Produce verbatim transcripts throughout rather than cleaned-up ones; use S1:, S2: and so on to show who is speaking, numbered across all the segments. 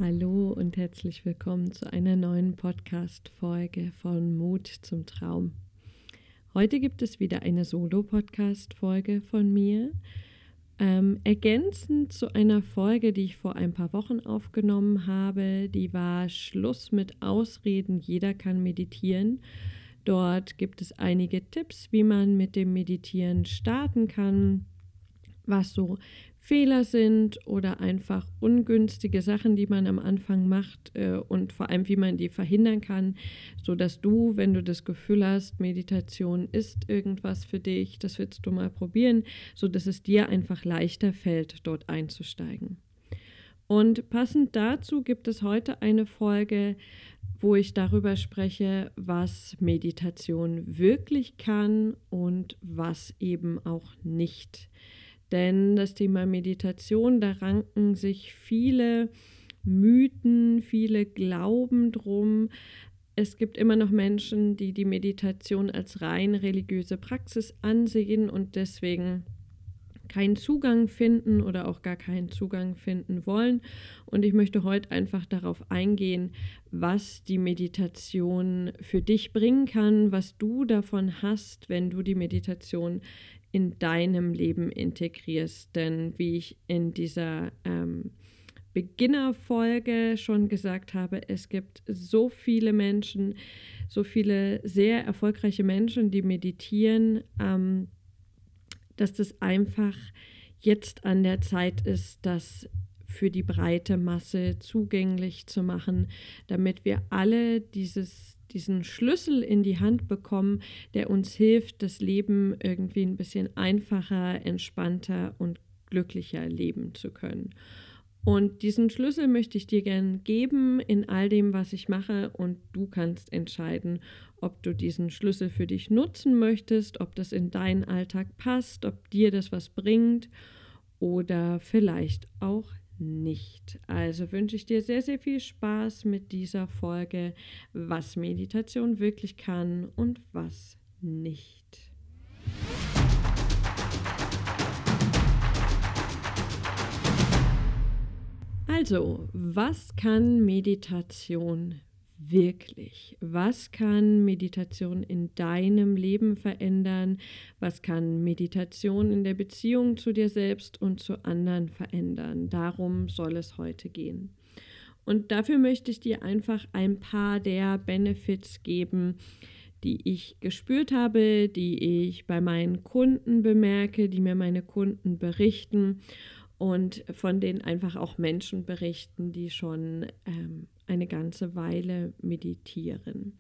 S1: Hallo und herzlich willkommen zu einer neuen Podcast-Folge von Mut zum Traum. Heute gibt es wieder eine Solo-Podcast-Folge von mir, ähm, ergänzend zu einer Folge, die ich vor ein paar Wochen aufgenommen habe. Die war Schluss mit Ausreden, jeder kann meditieren. Dort gibt es einige Tipps, wie man mit dem Meditieren starten kann, was so Fehler sind oder einfach ungünstige Sachen, die man am Anfang macht äh, und vor allem, wie man die verhindern kann, sodass du, wenn du das Gefühl hast, Meditation ist irgendwas für dich, das willst du mal probieren, sodass es dir einfach leichter fällt, dort einzusteigen. Und passend dazu gibt es heute eine Folge, wo ich darüber spreche, was Meditation wirklich kann und was eben auch nicht. Denn das Thema Meditation, da ranken sich viele Mythen, viele Glauben drum. Es gibt immer noch Menschen, die die Meditation als rein religiöse Praxis ansehen und deswegen keinen Zugang finden oder auch gar keinen Zugang finden wollen. Und ich möchte heute einfach darauf eingehen, was die Meditation für dich bringen kann, was du davon hast, wenn du die Meditation in deinem Leben integrierst. Denn wie ich in dieser ähm, Beginnerfolge schon gesagt habe, es gibt so viele Menschen, so viele sehr erfolgreiche Menschen, die meditieren, ähm, dass das einfach jetzt an der Zeit ist, das für die breite Masse zugänglich zu machen, damit wir alle dieses, diesen Schlüssel in die Hand bekommen, der uns hilft, das Leben irgendwie ein bisschen einfacher, entspannter und glücklicher leben zu können. Und diesen Schlüssel möchte ich dir gerne geben in all dem, was ich mache, und du kannst entscheiden, ob du diesen Schlüssel für dich nutzen möchtest, ob das in deinen Alltag passt, ob dir das was bringt oder vielleicht auch nicht. Also wünsche ich dir sehr, sehr viel Spaß mit dieser Folge, was Meditation wirklich kann und was nicht. Also, was kann Meditation wirklich? Was kann Meditation in deinem Leben verändern? Was kann Meditation in der Beziehung zu dir selbst und zu anderen verändern? Darum soll es heute gehen. Und dafür möchte ich dir einfach ein paar der Benefits geben, die ich gespürt habe, die ich bei meinen Kunden bemerke, die mir meine Kunden berichten und von denen einfach auch Menschen berichten, die schon ähm, eine ganze Weile meditieren.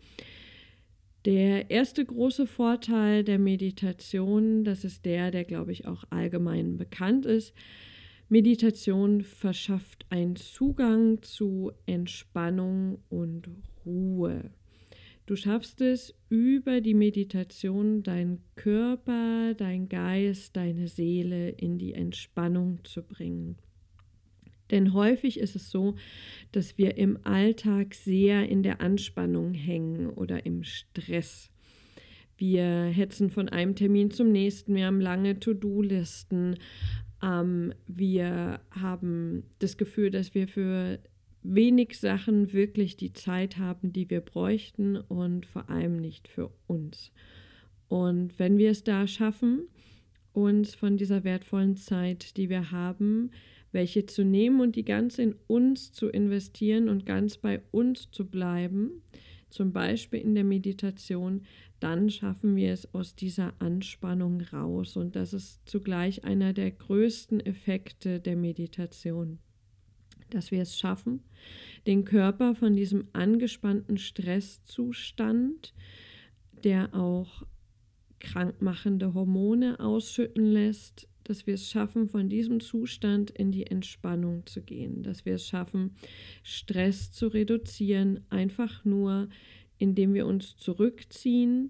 S1: Der erste große Vorteil der Meditation, das ist der, der glaube ich auch allgemein bekannt ist. Meditation verschafft einen Zugang zu Entspannung und Ruhe. Du schaffst es über die Meditation, deinen Körper, dein Geist, deine Seele in die Entspannung zu bringen. Denn häufig ist es so, dass wir im Alltag sehr in der Anspannung hängen oder im Stress. Wir hetzen von einem Termin zum nächsten, wir haben lange To-Do-Listen, ähm, wir haben das Gefühl, dass wir für wenig Sachen wirklich die Zeit haben, die wir bräuchten und vor allem nicht für uns. Und wenn wir es da schaffen, uns von dieser wertvollen Zeit, die wir haben, welche zu nehmen und die ganz in uns zu investieren und ganz bei uns zu bleiben, zum Beispiel in der Meditation, dann schaffen wir es aus dieser Anspannung raus. Und das ist zugleich einer der größten Effekte der Meditation, dass wir es schaffen, den Körper von diesem angespannten Stresszustand, der auch krankmachende Hormone ausschütten lässt, dass wir es schaffen, von diesem Zustand in die Entspannung zu gehen, dass wir es schaffen, Stress zu reduzieren, einfach nur, indem wir uns zurückziehen,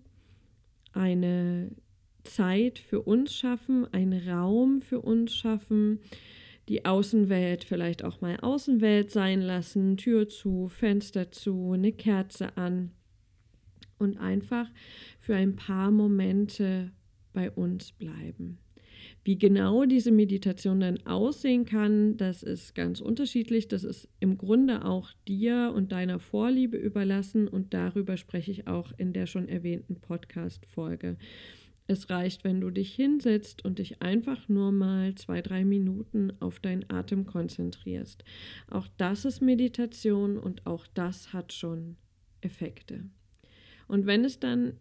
S1: eine Zeit für uns schaffen, einen Raum für uns schaffen, die Außenwelt vielleicht auch mal Außenwelt sein lassen, Tür zu, Fenster zu, eine Kerze an und einfach für ein paar Momente bei uns bleiben. Wie genau diese Meditation dann aussehen kann, das ist ganz unterschiedlich. Das ist im Grunde auch dir und deiner Vorliebe überlassen und darüber spreche ich auch in der schon erwähnten Podcast-Folge. Es reicht, wenn du dich hinsetzt und dich einfach nur mal zwei, drei Minuten auf deinen Atem konzentrierst. Auch das ist Meditation und auch das hat schon Effekte. Und wenn es dann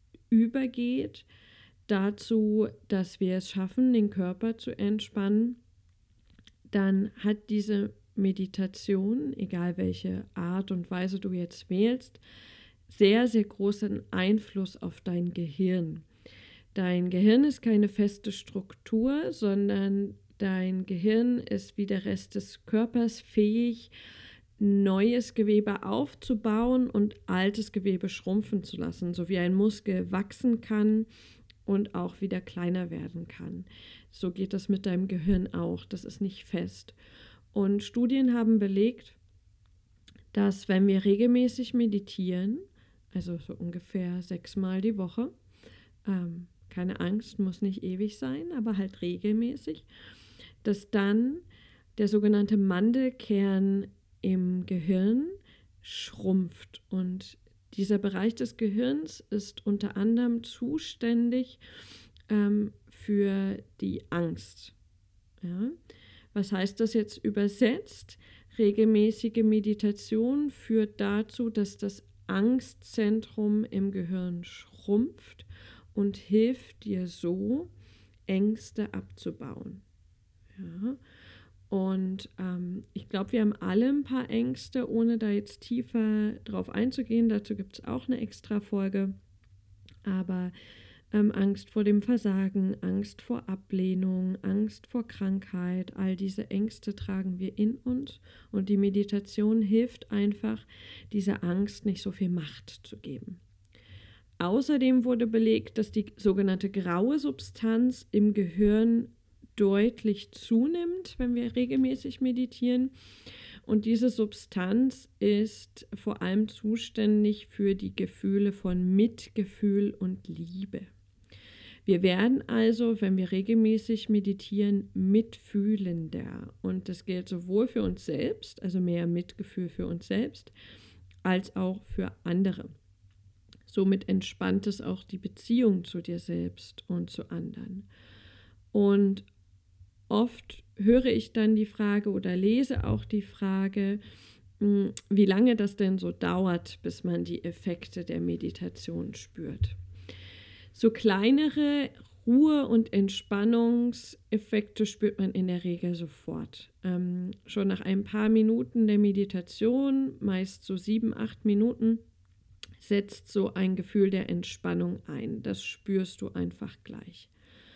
S1: übergeht dazu, dass wir es schaffen, den Körper zu entspannen, dann hat diese Meditation, egal welche Art und Weise du jetzt wählst, sehr, sehr großen Einfluss auf dein Gehirn. Dein Gehirn ist keine feste Struktur, sondern dein Gehirn ist wie der Rest des Körpers fähig, neues Gewebe aufzubauen und altes Gewebe schrumpfen zu lassen, so wie ein Muskel wachsen kann und auch wieder kleiner werden kann. So geht das mit deinem Gehirn auch. Das ist nicht fest. Und Studien haben belegt, dass wenn wir regelmäßig meditieren, also so ungefähr sechsmal die Woche, ähm, keine Angst, muss nicht ewig sein, aber halt regelmäßig, dass dann der sogenannte Mandelkern im Gehirn schrumpft. Und dieser Bereich des Gehirns ist unter anderem zuständig ähm, für die Angst. Ja? Was heißt das jetzt übersetzt? Regelmäßige Meditation führt dazu, dass das Angstzentrum im Gehirn schrumpft und hilft dir so, Ängste abzubauen. Ja? Und ähm, ich glaube, wir haben alle ein paar Ängste, ohne da jetzt tiefer drauf einzugehen. Dazu gibt es auch eine extra Folge. Aber ähm, Angst vor dem Versagen, Angst vor Ablehnung, Angst vor Krankheit, all diese Ängste tragen wir in uns. Und die Meditation hilft einfach, dieser Angst nicht so viel Macht zu geben. Außerdem wurde belegt, dass die sogenannte graue Substanz im Gehirn deutlich zunimmt, wenn wir regelmäßig meditieren. Und diese Substanz ist vor allem zuständig für die Gefühle von Mitgefühl und Liebe. Wir werden also, wenn wir regelmäßig meditieren, mitfühlender. Und das gilt sowohl für uns selbst, also mehr Mitgefühl für uns selbst, als auch für andere. Somit entspannt es auch die Beziehung zu dir selbst und zu anderen. Und oft höre ich dann die Frage oder lese auch die Frage, wie lange das denn so dauert, bis man die Effekte der Meditation spürt. So kleinere Ruhe- und Entspannungseffekte spürt man in der Regel sofort. Ähm, schon nach ein paar Minuten der Meditation, meist so sieben, acht Minuten, setzt so ein Gefühl der Entspannung ein. Das spürst du einfach gleich.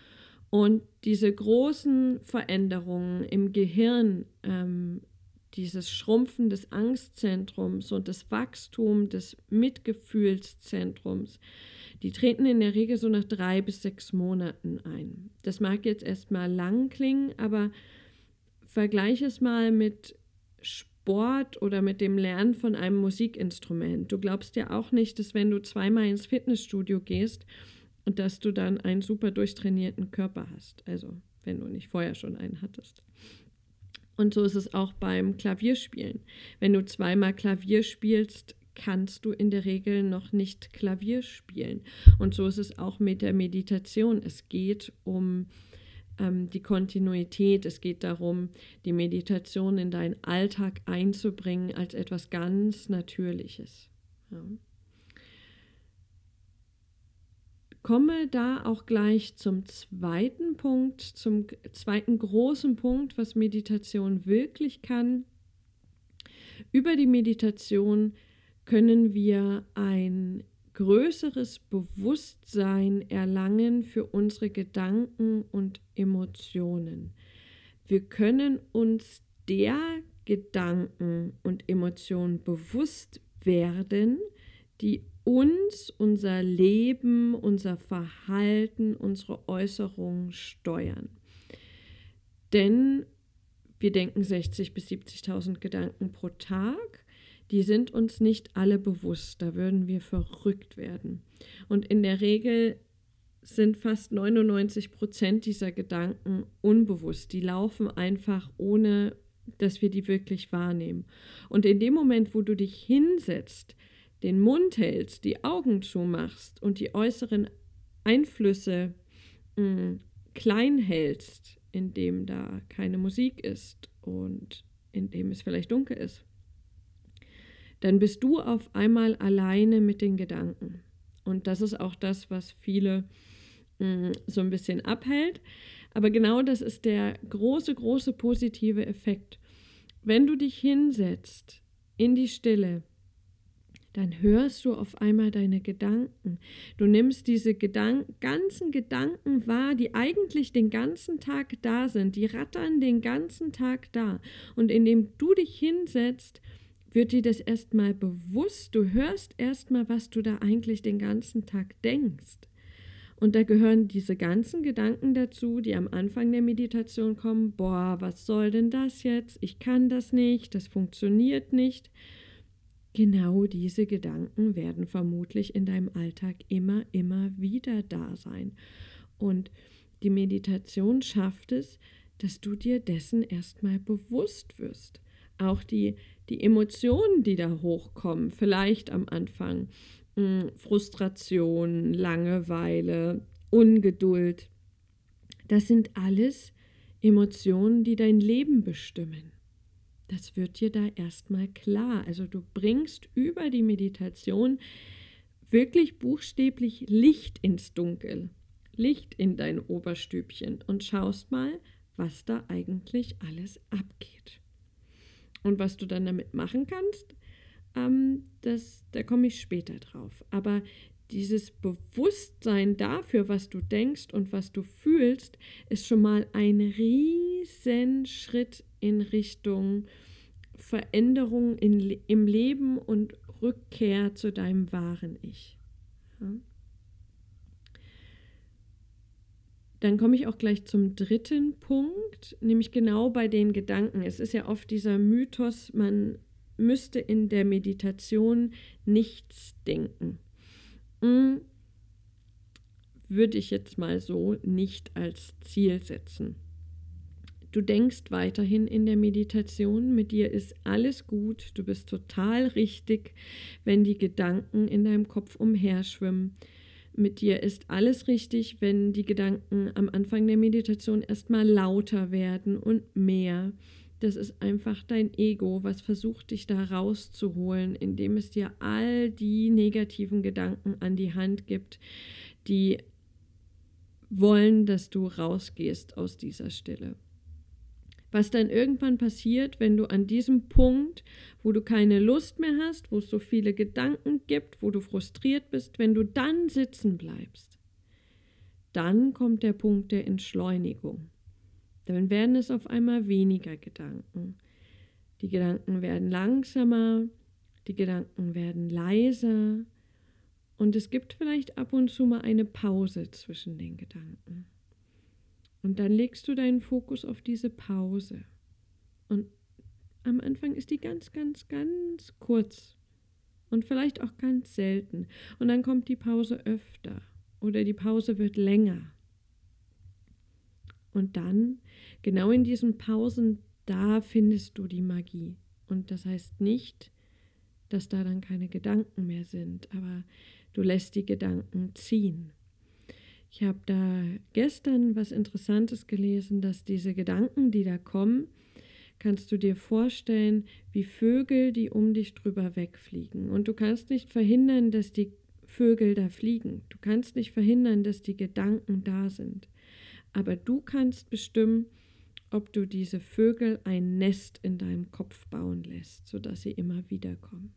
S1: Und diese großen Veränderungen im Gehirn, ähm, dieses Schrumpfen des Angstzentrums und das Wachstum des Mitgefühlszentrums, die treten in der Regel so nach drei bis sechs Monaten ein. Das mag jetzt erstmal lang klingen, aber vergleiche es mal mit Sport oder mit dem Lernen von einem Musikinstrument. Du glaubst ja auch nicht, dass wenn du zweimal ins Fitnessstudio gehst, und dass du dann einen super durchtrainierten Körper hast, also wenn du nicht vorher schon einen hattest. Und so ist es auch beim Klavierspielen. Wenn du zweimal Klavier spielst, kannst du in der Regel noch nicht Klavier spielen. Und so ist es auch mit der Meditation. Es geht um ähm, die Kontinuität, es geht darum, die Meditation in deinen Alltag einzubringen als etwas ganz Natürliches. Ja. Komme da auch gleich zum zweiten Punkt, zum zweiten großen Punkt, was Meditation wirklich kann. Über die Meditation können wir ein größeres Bewusstsein erlangen für unsere Gedanken und Emotionen. Wir können uns der Gedanken und Emotionen bewusst werden, die uns, unser Leben, unser Verhalten, unsere Äußerungen steuern. Denn wir denken sechzigtausend bis siebzigtausend Gedanken pro Tag. Die sind uns nicht alle bewusst. Da würden wir verrückt werden. Und in der Regel sind fast neunundneunzig Prozent dieser Gedanken unbewusst. Die laufen einfach, ohne dass wir die wirklich wahrnehmen. Und in dem Moment, wo du dich hinsetzt, den Mund hältst, die Augen zumachst und die äußeren Einflüsse mh, klein hältst, indem da keine Musik ist und indem es vielleicht dunkel ist, dann bist du auf einmal alleine mit den Gedanken. Und das ist auch das, was viele mh, so ein bisschen abhält. Aber genau das ist der große, große positive Effekt. Wenn du dich hinsetzt in die Stille, dann hörst du auf einmal deine Gedanken. Du nimmst diese Gedanken, ganzen Gedanken wahr, die eigentlich den ganzen Tag da sind. Die rattern den ganzen Tag da. Und indem du dich hinsetzt, wird dir das erstmal bewusst. Du hörst erstmal, was du da eigentlich den ganzen Tag denkst. Und da gehören diese ganzen Gedanken dazu, die am Anfang der Meditation kommen. Boah, was soll denn das jetzt? Ich kann das nicht, das funktioniert nicht. Genau diese Gedanken werden vermutlich in deinem Alltag immer, immer wieder da sein. Und die Meditation schafft es, dass du dir dessen erstmal bewusst wirst. Auch die, die Emotionen, die da hochkommen, vielleicht am Anfang, mh, Frustration, Langeweile, Ungeduld, das sind alles Emotionen, die dein Leben bestimmen. Das wird dir da erstmal klar. Also du bringst über die Meditation wirklich buchstäblich Licht ins Dunkel, Licht in dein Oberstübchen und schaust mal, was da eigentlich alles abgeht. Und was du dann damit machen kannst, ähm, das, da komme ich später drauf. Aber dieses Bewusstsein dafür, was du denkst und was du fühlst, ist schon mal ein riesen Schritt in Richtung Veränderung in, im Leben und Rückkehr zu deinem wahren Ich. Ja. Dann komme ich auch gleich zum dritten Punkt, nämlich genau bei den Gedanken. Es ist ja oft dieser Mythos, man müsste in der Meditation nichts denken. Hm, würde ich jetzt mal so nicht als Ziel setzen. Du denkst weiterhin in der Meditation, mit dir ist alles gut, du bist total richtig, wenn die Gedanken in deinem Kopf umherschwimmen. Mit dir ist alles richtig, wenn die Gedanken am Anfang der Meditation erstmal lauter werden und mehr. Das ist einfach dein Ego, was versucht, dich da rauszuholen, indem es dir all die negativen Gedanken an die Hand gibt, die wollen, dass du rausgehst aus dieser Stille. Was dann irgendwann passiert, wenn du an diesem Punkt, wo du keine Lust mehr hast, wo es so viele Gedanken gibt, wo du frustriert bist, wenn du dann sitzen bleibst, dann kommt der Punkt der Entschleunigung. Dann werden es auf einmal weniger Gedanken. Die Gedanken werden langsamer, die Gedanken werden leiser und es gibt vielleicht ab und zu mal eine Pause zwischen den Gedanken. Und dann legst du deinen Fokus auf diese Pause. Und am Anfang ist die ganz, ganz, ganz kurz und vielleicht auch ganz selten. Und dann kommt die Pause öfter oder die Pause wird länger. Und dann, genau in diesen Pausen, da findest du die Magie. Und das heißt nicht, dass da dann keine Gedanken mehr sind, aber du lässt die Gedanken ziehen. Ich habe da gestern was Interessantes gelesen, dass diese Gedanken, die da kommen, kannst du dir vorstellen, wie Vögel, die um dich drüber wegfliegen. Und du kannst nicht verhindern, dass die Vögel da fliegen. Du kannst nicht verhindern, dass die Gedanken da sind. Aber du kannst bestimmen, ob du diese Vögel ein Nest in deinem Kopf bauen lässt, sodass sie immer wieder kommen.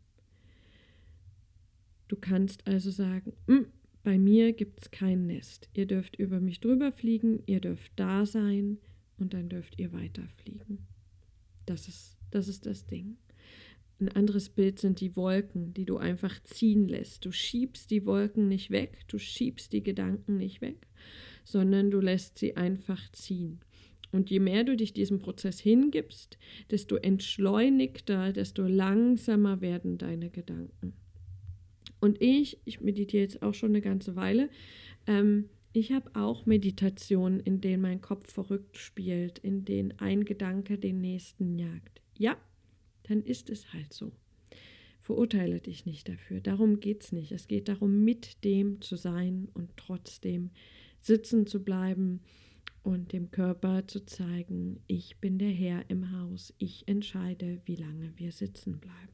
S1: Du kannst also sagen, bei mir gibt es kein Nest. Ihr dürft über mich drüber fliegen, ihr dürft da sein und dann dürft ihr weiterfliegen. Das ist, das ist das Ding. Ein anderes Bild sind die Wolken, die du einfach ziehen lässt. Du schiebst die Wolken nicht weg, du schiebst die Gedanken nicht weg, sondern du lässt sie einfach ziehen. Und je mehr du dich diesem Prozess hingibst, desto entschleunigter, desto langsamer werden deine Gedanken. Und ich, ich meditiere jetzt auch schon eine ganze Weile, ähm, Ich habe auch Meditationen, in denen mein Kopf verrückt spielt, in denen ein Gedanke den nächsten jagt. Ja, dann ist es halt so. Verurteile dich nicht dafür. Darum geht es nicht. Es geht darum, mit dem zu sein und trotzdem sitzen zu bleiben und dem Körper zu zeigen, ich bin der Herr im Haus. Ich entscheide, wie lange wir sitzen bleiben.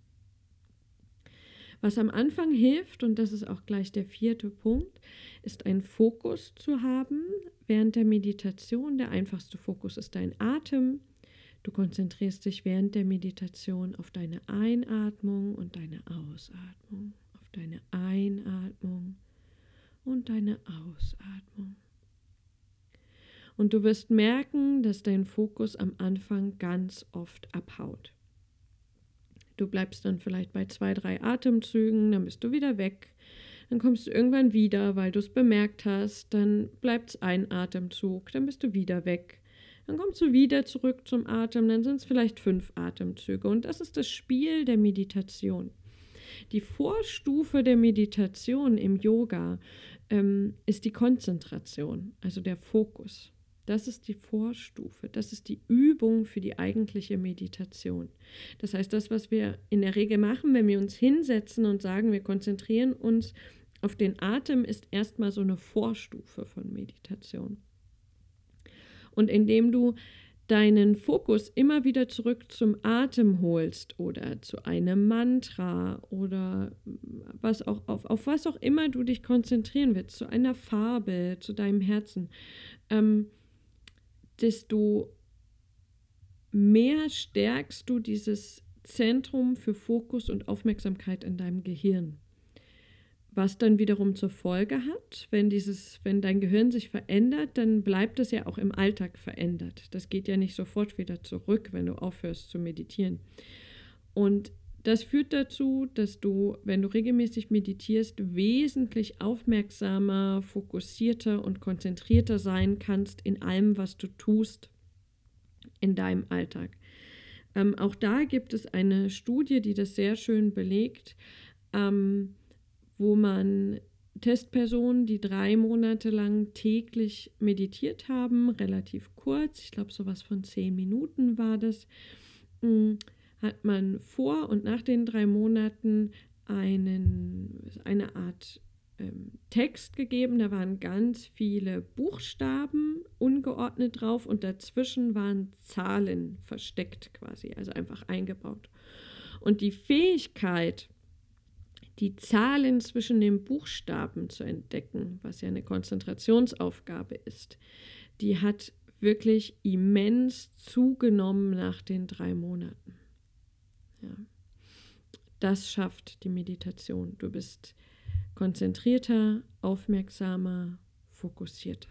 S1: Was am Anfang hilft, und das ist auch gleich der vierte Punkt, ist einen Fokus zu haben während der Meditation. Der einfachste Fokus ist dein Atem. Du konzentrierst dich während der Meditation auf deine Einatmung und deine Ausatmung, auf deine Einatmung und deine Ausatmung. Und du wirst merken, dass dein Fokus am Anfang ganz oft abhaut. Du bleibst dann vielleicht bei zwei, drei Atemzügen, dann bist du wieder weg. Dann kommst du irgendwann wieder, weil du es bemerkt hast. Dann bleibt es ein Atemzug, dann bist du wieder weg. Dann kommst du wieder zurück zum Atem, dann sind es vielleicht fünf Atemzüge. Und das ist das Spiel der Meditation. Die Vorstufe der Meditation im Yoga ähm, ist die Konzentration, also der Fokus. Das ist die Vorstufe, das ist die Übung für die eigentliche Meditation. Das heißt, das, was wir in der Regel machen, wenn wir uns hinsetzen und sagen, wir konzentrieren uns auf den Atem, ist erstmal so eine Vorstufe von Meditation. Und indem du deinen Fokus immer wieder zurück zum Atem holst oder zu einem Mantra oder was auch, auf, auf was auch immer du dich konzentrieren willst, zu einer Farbe, zu deinem Herzen, ähm, desto mehr stärkst du dieses Zentrum für Fokus und Aufmerksamkeit in deinem Gehirn. Was dann wiederum zur Folge hat, wenn, dieses, wenn dein Gehirn sich verändert, dann bleibt es ja auch im Alltag verändert. Das geht ja nicht sofort wieder zurück, wenn du aufhörst zu meditieren. Und das führt dazu, dass du, wenn du regelmäßig meditierst, wesentlich aufmerksamer, fokussierter und konzentrierter sein kannst in allem, was du tust in deinem Alltag. Ähm, auch da gibt es eine Studie, die das sehr schön belegt, ähm, wo man Testpersonen, die drei Monate lang täglich meditiert haben, relativ kurz, ich glaube sowas von zehn Minuten war das, mh, hat man vor und nach den drei Monaten einen, eine Art ähm, Text gegeben. Da waren ganz viele Buchstaben ungeordnet drauf und dazwischen waren Zahlen versteckt quasi, also einfach eingebaut. Und die Fähigkeit, die Zahlen zwischen den Buchstaben zu entdecken, was ja eine Konzentrationsaufgabe ist, die hat wirklich immens zugenommen nach den drei Monaten. Ja. Das schafft die Meditation. Du bist konzentrierter, aufmerksamer, fokussierter.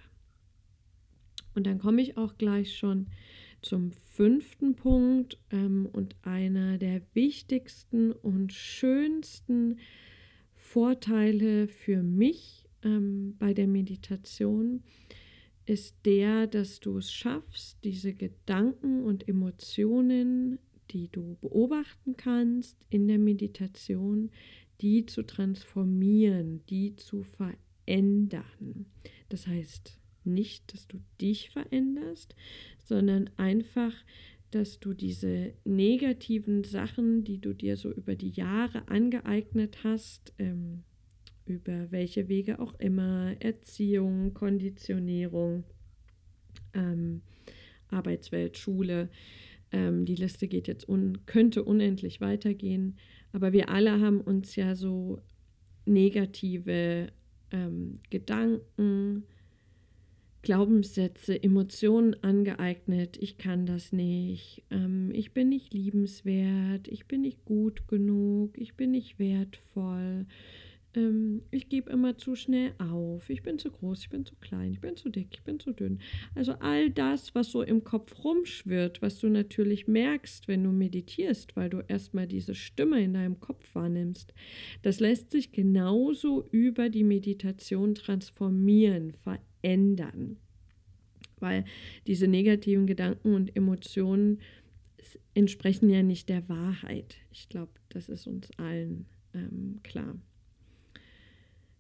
S1: Und dann komme ich auch gleich schon zum fünften Punkt ähm, und einer der wichtigsten und schönsten Vorteile für mich ähm, bei der Meditation ist der, dass du es schaffst, diese Gedanken und Emotionen, die du beobachten kannst in der Meditation, die zu transformieren, die zu verändern. Das heißt nicht, dass du dich veränderst, sondern einfach, dass du diese negativen Sachen, die du dir so über die Jahre angeeignet hast, ähm, über welche Wege auch immer, Erziehung, Konditionierung, ähm, Arbeitswelt, Schule, ähm, die Liste geht jetzt un, könnte unendlich weitergehen, aber wir alle haben uns ja so negative ähm, Gedanken, Glaubenssätze, Emotionen angeeignet. Ich kann das nicht, ähm, ich bin nicht liebenswert, ich bin nicht gut genug, ich bin nicht wertvoll, ähm, ich gebe immer zu schnell auf, ich bin zu groß, ich bin zu klein, ich bin zu dick, ich bin zu dünn. Also all das, was so im Kopf rumschwirrt, was du natürlich merkst, wenn du meditierst, weil du erstmal diese Stimme in deinem Kopf wahrnimmst, das lässt sich genauso über die Meditation transformieren, verändern. Weil diese negativen Gedanken und Emotionen entsprechen ja nicht der Wahrheit. Ich glaube, das ist uns allen ähm, klar.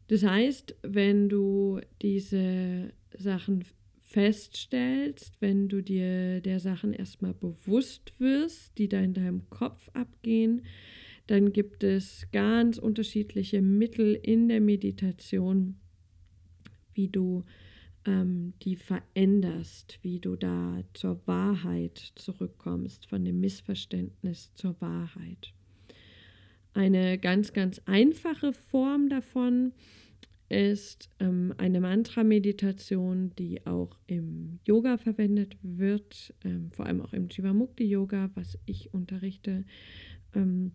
S1: Das heißt, wenn du diese Sachen feststellst, wenn du dir der Sachen erstmal bewusst wirst, die da in deinem Kopf abgehen, dann gibt es ganz unterschiedliche Mittel in der Meditation, wie du ähm, die veränderst, wie du da zur Wahrheit zurückkommst, von dem Missverständnis zur Wahrheit. Eine ganz, ganz einfache Form davon ist ähm, eine Mantra-Meditation, die auch im Yoga verwendet wird, ähm, vor allem auch im Jivamukti-Yoga, was ich unterrichte. Ähm,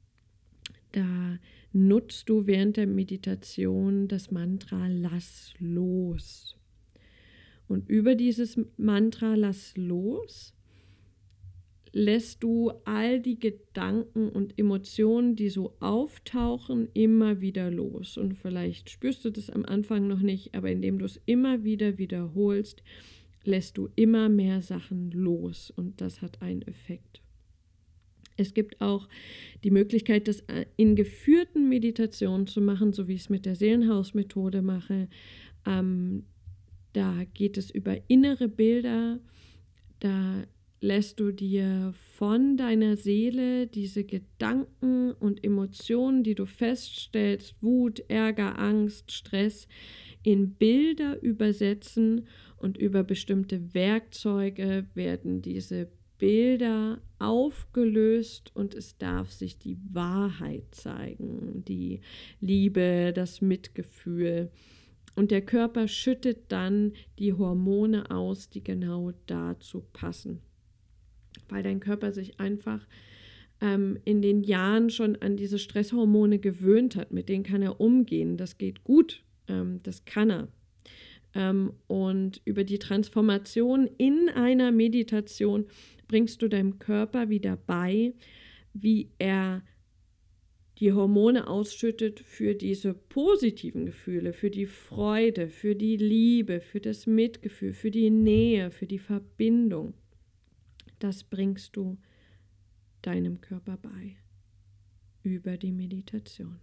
S1: da nutzt du während der Meditation das Mantra Lass los. Und über dieses Mantra Lass los lässt du all die Gedanken und Emotionen, die so auftauchen, immer wieder los. Und vielleicht spürst du das am Anfang noch nicht, aber indem du es immer wieder wiederholst, lässt du immer mehr Sachen los. Und das hat einen Effekt. Es gibt auch die Möglichkeit, das in geführten Meditationen zu machen, so wie ich es mit der Seelenhaus-Methode mache. Ähm, da geht es über innere Bilder, da lässt du dir von deiner Seele diese Gedanken und Emotionen, die du feststellst, Wut, Ärger, Angst, Stress, in Bilder übersetzen, und über bestimmte Werkzeuge werden diese Bilder aufgelöst und es darf sich die Wahrheit zeigen, die Liebe, das Mitgefühl. Und der Körper schüttet dann die Hormone aus, die genau dazu passen. Weil dein Körper sich einfach ähm, in den Jahren schon an diese Stresshormone gewöhnt hat. Mit denen kann er umgehen. Das geht gut. Ähm, das kann er. Ähm, und über die Transformation in einer Meditation bringst du deinem Körper wieder bei, wie er die Hormone ausschüttet für diese positiven Gefühle, für die Freude, für die Liebe, für das Mitgefühl, für die Nähe, für die Verbindung. Das bringst du deinem Körper bei über die Meditation.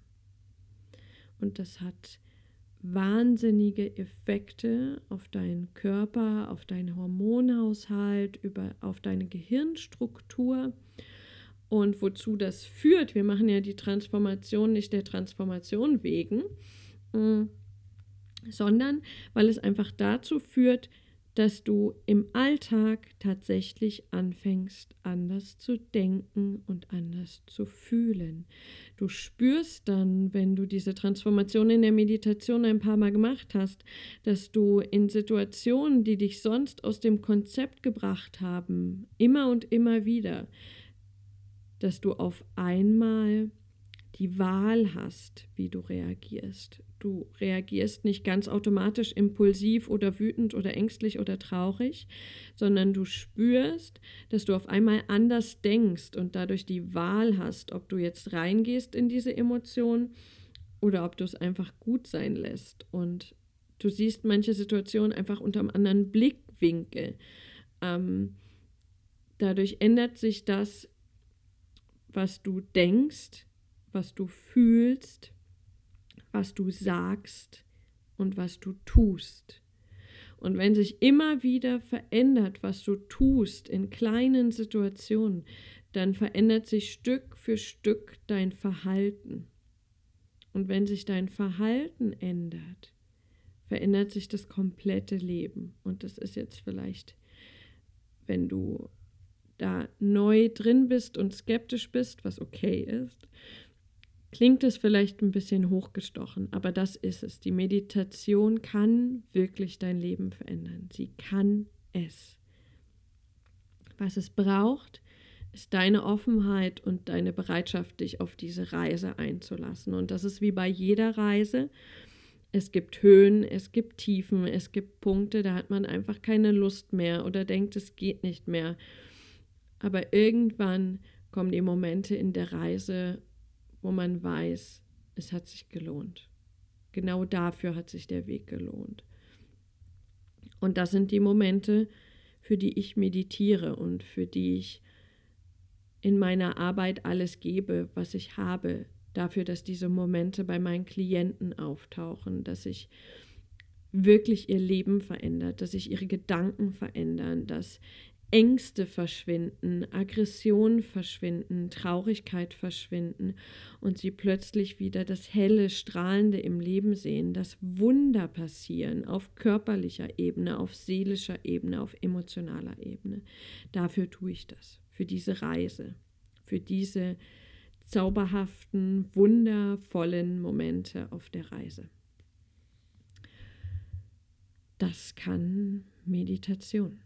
S1: Und das hat wahnsinnige Effekte auf deinen Körper, auf deinen Hormonhaushalt, über, auf deine Gehirnstruktur. Und wozu das führt, wir machen ja die Transformation nicht der Transformation wegen, sondern weil es einfach dazu führt, dass du im Alltag tatsächlich anfängst, anders zu denken und anders zu fühlen. Du spürst dann, wenn du diese Transformation in der Meditation ein paar Mal gemacht hast, dass du in Situationen, die dich sonst aus dem Konzept gebracht haben, immer und immer wieder, dass du auf einmal die Wahl hast, wie du reagierst. Du reagierst nicht ganz automatisch impulsiv oder wütend oder ängstlich oder traurig, sondern du spürst, dass du auf einmal anders denkst und dadurch die Wahl hast, ob du jetzt reingehst in diese Emotion oder ob du es einfach gut sein lässt. Und du siehst manche Situationen einfach unter einem anderen Blickwinkel. Ähm, dadurch ändert sich das, was du denkst, was du fühlst, was du sagst und was du tust. Und wenn sich immer wieder verändert, was du tust in kleinen Situationen, dann verändert sich Stück für Stück dein Verhalten. Und wenn sich dein Verhalten ändert, verändert sich das komplette Leben. Und das ist jetzt vielleicht, wenn du da neu drin bist und skeptisch bist, was okay ist, klingt es vielleicht ein bisschen hochgestochen, aber das ist es. Die Meditation kann wirklich dein Leben verändern. Sie kann es. Was es braucht, ist deine Offenheit und deine Bereitschaft, dich auf diese Reise einzulassen. Und das ist wie bei jeder Reise. Es gibt Höhen, es gibt Tiefen, es gibt Punkte, da hat man einfach keine Lust mehr oder denkt, es geht nicht mehr. Aber irgendwann kommen die Momente in der Reise, wo man weiß, es hat sich gelohnt. Genau dafür hat sich der Weg gelohnt. Und das sind die Momente, für die ich meditiere und für die ich in meiner Arbeit alles gebe, was ich habe, dafür, dass diese Momente bei meinen Klienten auftauchen, dass sich wirklich ihr Leben verändert, dass sich ihre Gedanken verändern, dass Ängste verschwinden, Aggression verschwinden, Traurigkeit verschwinden und sie plötzlich wieder das helle, strahlende im Leben sehen, dass Wunder passieren auf körperlicher Ebene, auf seelischer Ebene, auf emotionaler Ebene. Dafür tue ich das, für diese Reise, für diese zauberhaften, wundervollen Momente auf der Reise. Das kann Meditation.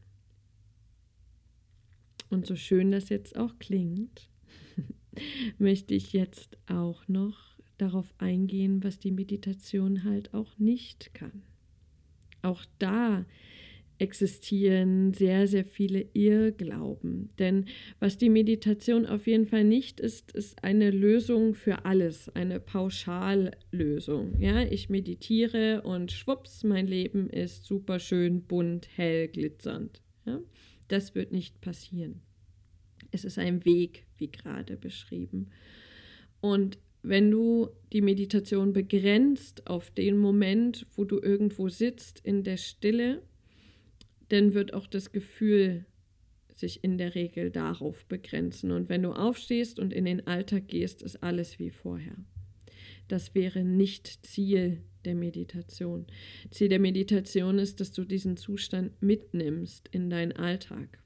S1: Und so schön das jetzt auch klingt, möchte ich jetzt auch noch darauf eingehen, was die Meditation halt auch nicht kann. Auch da existieren sehr, sehr viele Irrglauben. Denn was die Meditation auf jeden Fall nicht ist, ist eine Lösung für alles, eine Pauschallösung. Ja, ich meditiere und schwupps, mein Leben ist super schön, bunt, hell, glitzernd. Ja? Das wird nicht passieren. Es ist ein Weg, wie gerade beschrieben. Und wenn du die Meditation begrenzt auf den Moment, wo du irgendwo sitzt in der Stille, dann wird auch das Gefühl sich in der Regel darauf begrenzen. Und wenn du aufstehst und in den Alltag gehst, ist alles wie vorher. Das wäre nicht Ziel der Meditation. Ziel der Meditation ist, dass du diesen Zustand mitnimmst in deinen Alltag.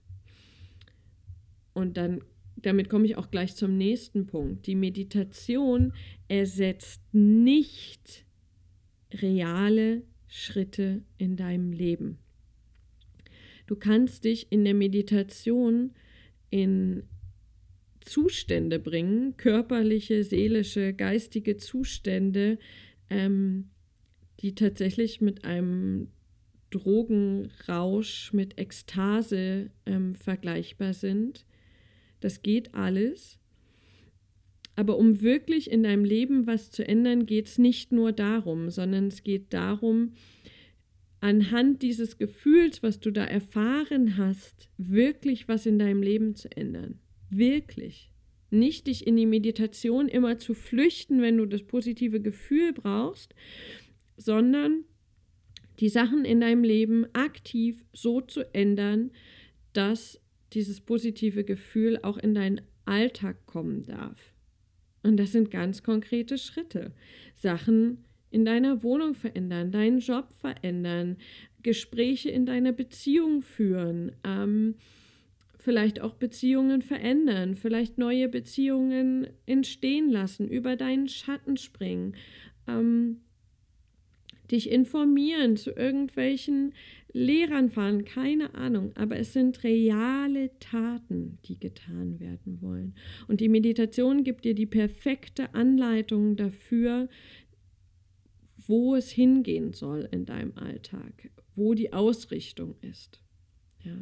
S1: Und dann, damit komme ich auch gleich zum nächsten Punkt. Die Meditation ersetzt nicht reale Schritte in deinem Leben. Du kannst dich in der Meditation in Zustände bringen, körperliche, seelische, geistige Zustände, ähm, die tatsächlich mit einem Drogenrausch, mit Ekstase ähm, vergleichbar sind. Das geht alles. Aber um wirklich in deinem Leben was zu ändern, geht es nicht nur darum, sondern es geht darum, anhand dieses Gefühls, was du da erfahren hast, wirklich was in deinem Leben zu ändern. Wirklich. Nicht dich in die Meditation immer zu flüchten, wenn du das positive Gefühl brauchst, sondern die Sachen in deinem Leben aktiv so zu ändern, dass dieses positive Gefühl auch in deinen Alltag kommen darf. Und das sind ganz konkrete Schritte. Sachen in deiner Wohnung verändern, deinen Job verändern, Gespräche in deiner Beziehung führen, ähm, vielleicht auch Beziehungen verändern, vielleicht neue Beziehungen entstehen lassen, über deinen Schatten springen, ähm, dich informieren, zu irgendwelchen Lehrern fahren, keine Ahnung, aber es sind reale Taten, die getan werden wollen. Und die Meditation gibt dir die perfekte Anleitung dafür, wo es hingehen soll in deinem Alltag, wo die Ausrichtung ist. Ja.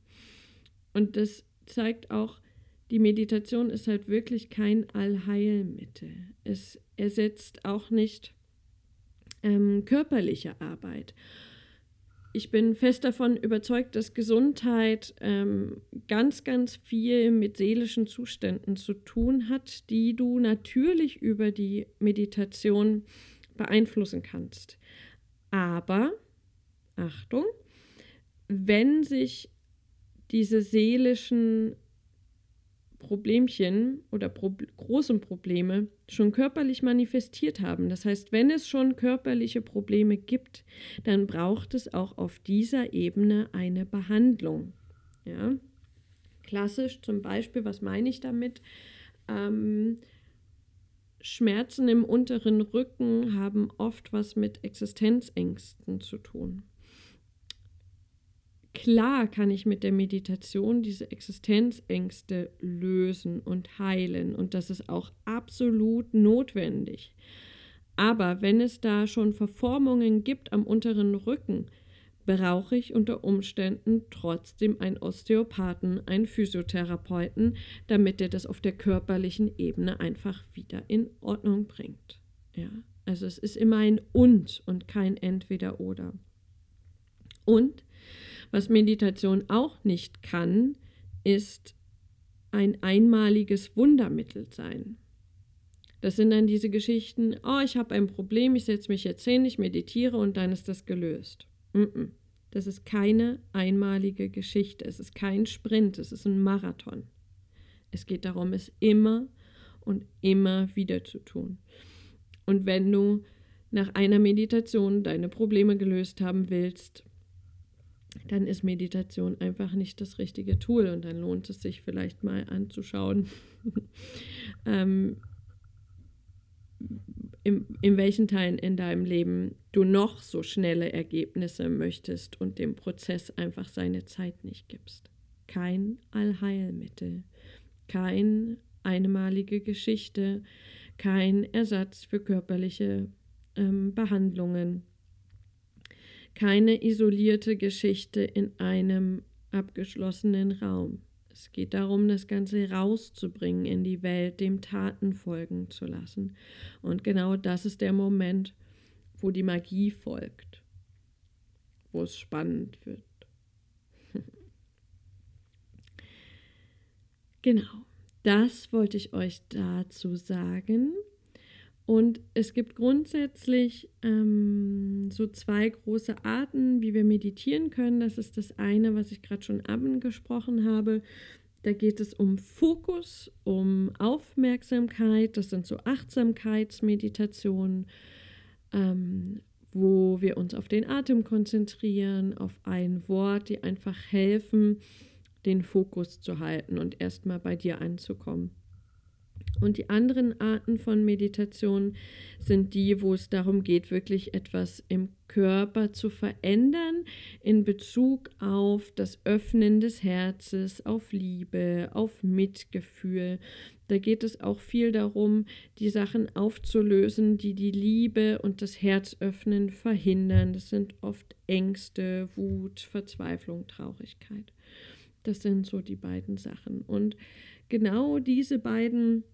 S1: Und das zeigt auch, die Meditation ist halt wirklich kein Allheilmittel. Es ersetzt auch nicht ähm, körperliche Arbeit. Ich bin fest davon überzeugt, dass Gesundheit ähm, ganz, ganz viel mit seelischen Zuständen zu tun hat, die du natürlich über die Meditation beeinflussen kannst. Aber, Achtung, wenn sich diese seelischen Problemchen oder Pro- großen Probleme schon körperlich manifestiert haben, das heißt, wenn es schon körperliche Probleme gibt, dann braucht es auch auf dieser Ebene eine Behandlung. Ja? Klassisch zum Beispiel, was meine ich damit? Ähm, Schmerzen im unteren Rücken haben oft was mit Existenzängsten zu tun. Klar kann ich mit der Meditation diese Existenzängste lösen und heilen und das ist auch absolut notwendig. Aber wenn es da schon Verformungen gibt am unteren Rücken, brauche ich unter Umständen trotzdem einen Osteopathen, einen Physiotherapeuten, damit er das auf der körperlichen Ebene einfach wieder in Ordnung bringt. Ja, also es ist immer ein Und und kein Entweder-Oder. Und was Meditation auch nicht kann, ist ein einmaliges Wundermittel sein. Das sind dann diese Geschichten, oh, ich habe ein Problem, ich setze mich jetzt hin, ich meditiere und dann ist das gelöst. Mm-mm. Das ist keine einmalige Geschichte, es ist kein Sprint, es ist ein Marathon. Es geht darum, es immer und immer wieder zu tun. Und wenn du nach einer Meditation deine Probleme gelöst haben willst, dann ist Meditation einfach nicht das richtige Tool und dann lohnt es sich vielleicht mal anzuschauen, ähm, in, in welchen Teilen in deinem Leben du noch so schnelle Ergebnisse möchtest und dem Prozess einfach seine Zeit nicht gibst. Kein Allheilmittel, keine einmalige Geschichte, kein Ersatz für körperliche ähm, Behandlungen, keine isolierte Geschichte in einem abgeschlossenen Raum. Es geht darum, das Ganze rauszubringen in die Welt, dem Taten folgen zu lassen. Und genau das ist der Moment, wo die Magie folgt, wo es spannend wird. Genau, das wollte ich euch dazu sagen. Und es gibt grundsätzlich ähm, so zwei große Arten, wie wir meditieren können. Das ist das eine, was ich gerade schon angesprochen habe. Da geht es um Fokus, um Aufmerksamkeit. Das sind so Achtsamkeitsmeditationen, ähm, wo wir uns auf den Atem konzentrieren, auf ein Wort, die einfach helfen, den Fokus zu halten und erstmal bei dir anzukommen. Und die anderen Arten von Meditation sind die, wo es darum geht, wirklich etwas im Körper zu verändern in Bezug auf das Öffnen des Herzens, auf Liebe, auf Mitgefühl. Da geht es auch viel darum, die Sachen aufzulösen, die die Liebe und das Herzöffnen verhindern. Das sind oft Ängste, Wut, Verzweiflung, Traurigkeit. Das sind so die beiden Sachen. Und genau diese beiden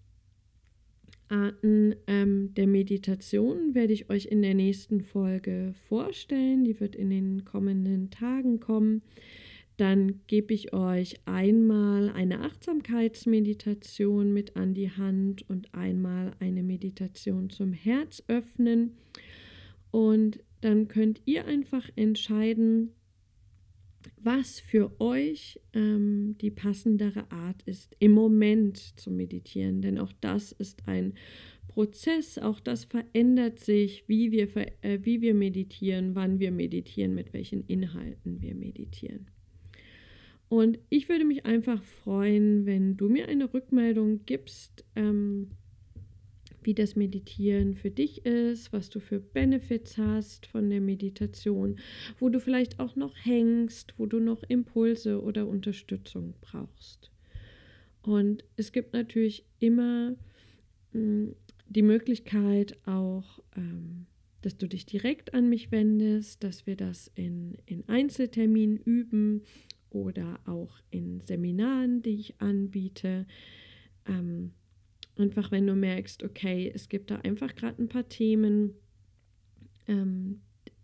S1: Arten ähm, der Meditation werde ich euch in der nächsten Folge vorstellen. Die wird in den kommenden Tagen kommen. Dann gebe ich euch einmal eine Achtsamkeitsmeditation mit an die Hand und einmal eine Meditation zum Herzöffnen. Und dann könnt ihr einfach entscheiden, was für euch ähm, die passendere Art ist, im Moment zu meditieren. Denn auch das ist ein Prozess, auch das verändert sich, wie wir, äh, wie wir meditieren, wann wir meditieren, mit welchen Inhalten wir meditieren. Und ich würde mich einfach freuen, wenn du mir eine Rückmeldung gibst, ähm, wie das Meditieren für dich ist, was du für Benefits hast von der Meditation, wo du vielleicht auch noch hängst, wo du noch Impulse oder Unterstützung brauchst. Und es gibt natürlich immer mh, die Möglichkeit auch, ähm, dass du dich direkt an mich wendest, dass wir das in, in Einzelterminen üben oder auch in Seminaren, die ich anbiete. Ähm, Einfach, wenn du merkst, okay, es gibt da einfach gerade ein paar Themen, ähm,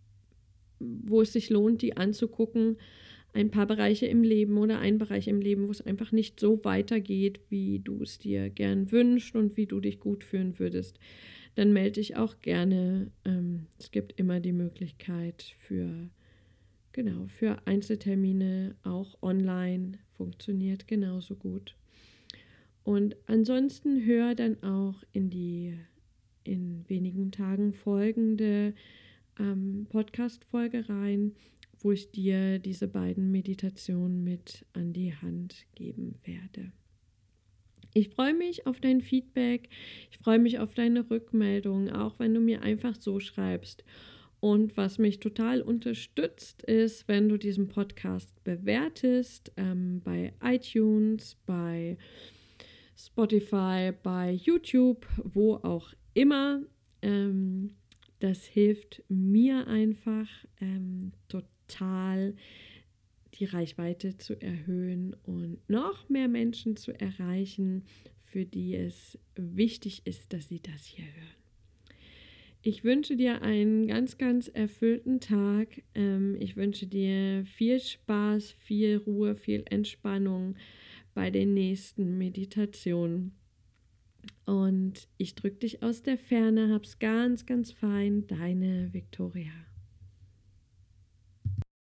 S1: wo es sich lohnt, die anzugucken, ein paar Bereiche im Leben oder ein Bereich im Leben, wo es einfach nicht so weitergeht, wie du es dir gern wünschst und wie du dich gut fühlen würdest, dann melde dich auch gerne. Ähm, es gibt immer die Möglichkeit für, genau, für Einzeltermine, auch online, funktioniert genauso gut. Und ansonsten hör dann auch in die in wenigen Tagen folgende ähm, Podcast-Folge rein, wo ich dir diese beiden Meditationen mit an die Hand geben werde. Ich freue mich auf dein Feedback, ich freue mich auf deine Rückmeldung, auch wenn du mir einfach so schreibst. Und was mich total unterstützt, ist, wenn du diesen Podcast bewertest, ähm, bei iTunes, bei Spotify, bei YouTube, wo auch immer. Ähm, das hilft mir einfach ähm, total, die Reichweite zu erhöhen und noch mehr Menschen zu erreichen, für die es wichtig ist, dass sie das hier hören. Ich wünsche dir einen ganz, ganz erfüllten Tag. Ähm, ich wünsche dir viel Spaß, viel Ruhe, viel Entspannung bei den nächsten Meditationen. Und ich drücke dich aus der Ferne, hab's ganz, ganz fein, deine Viktoria.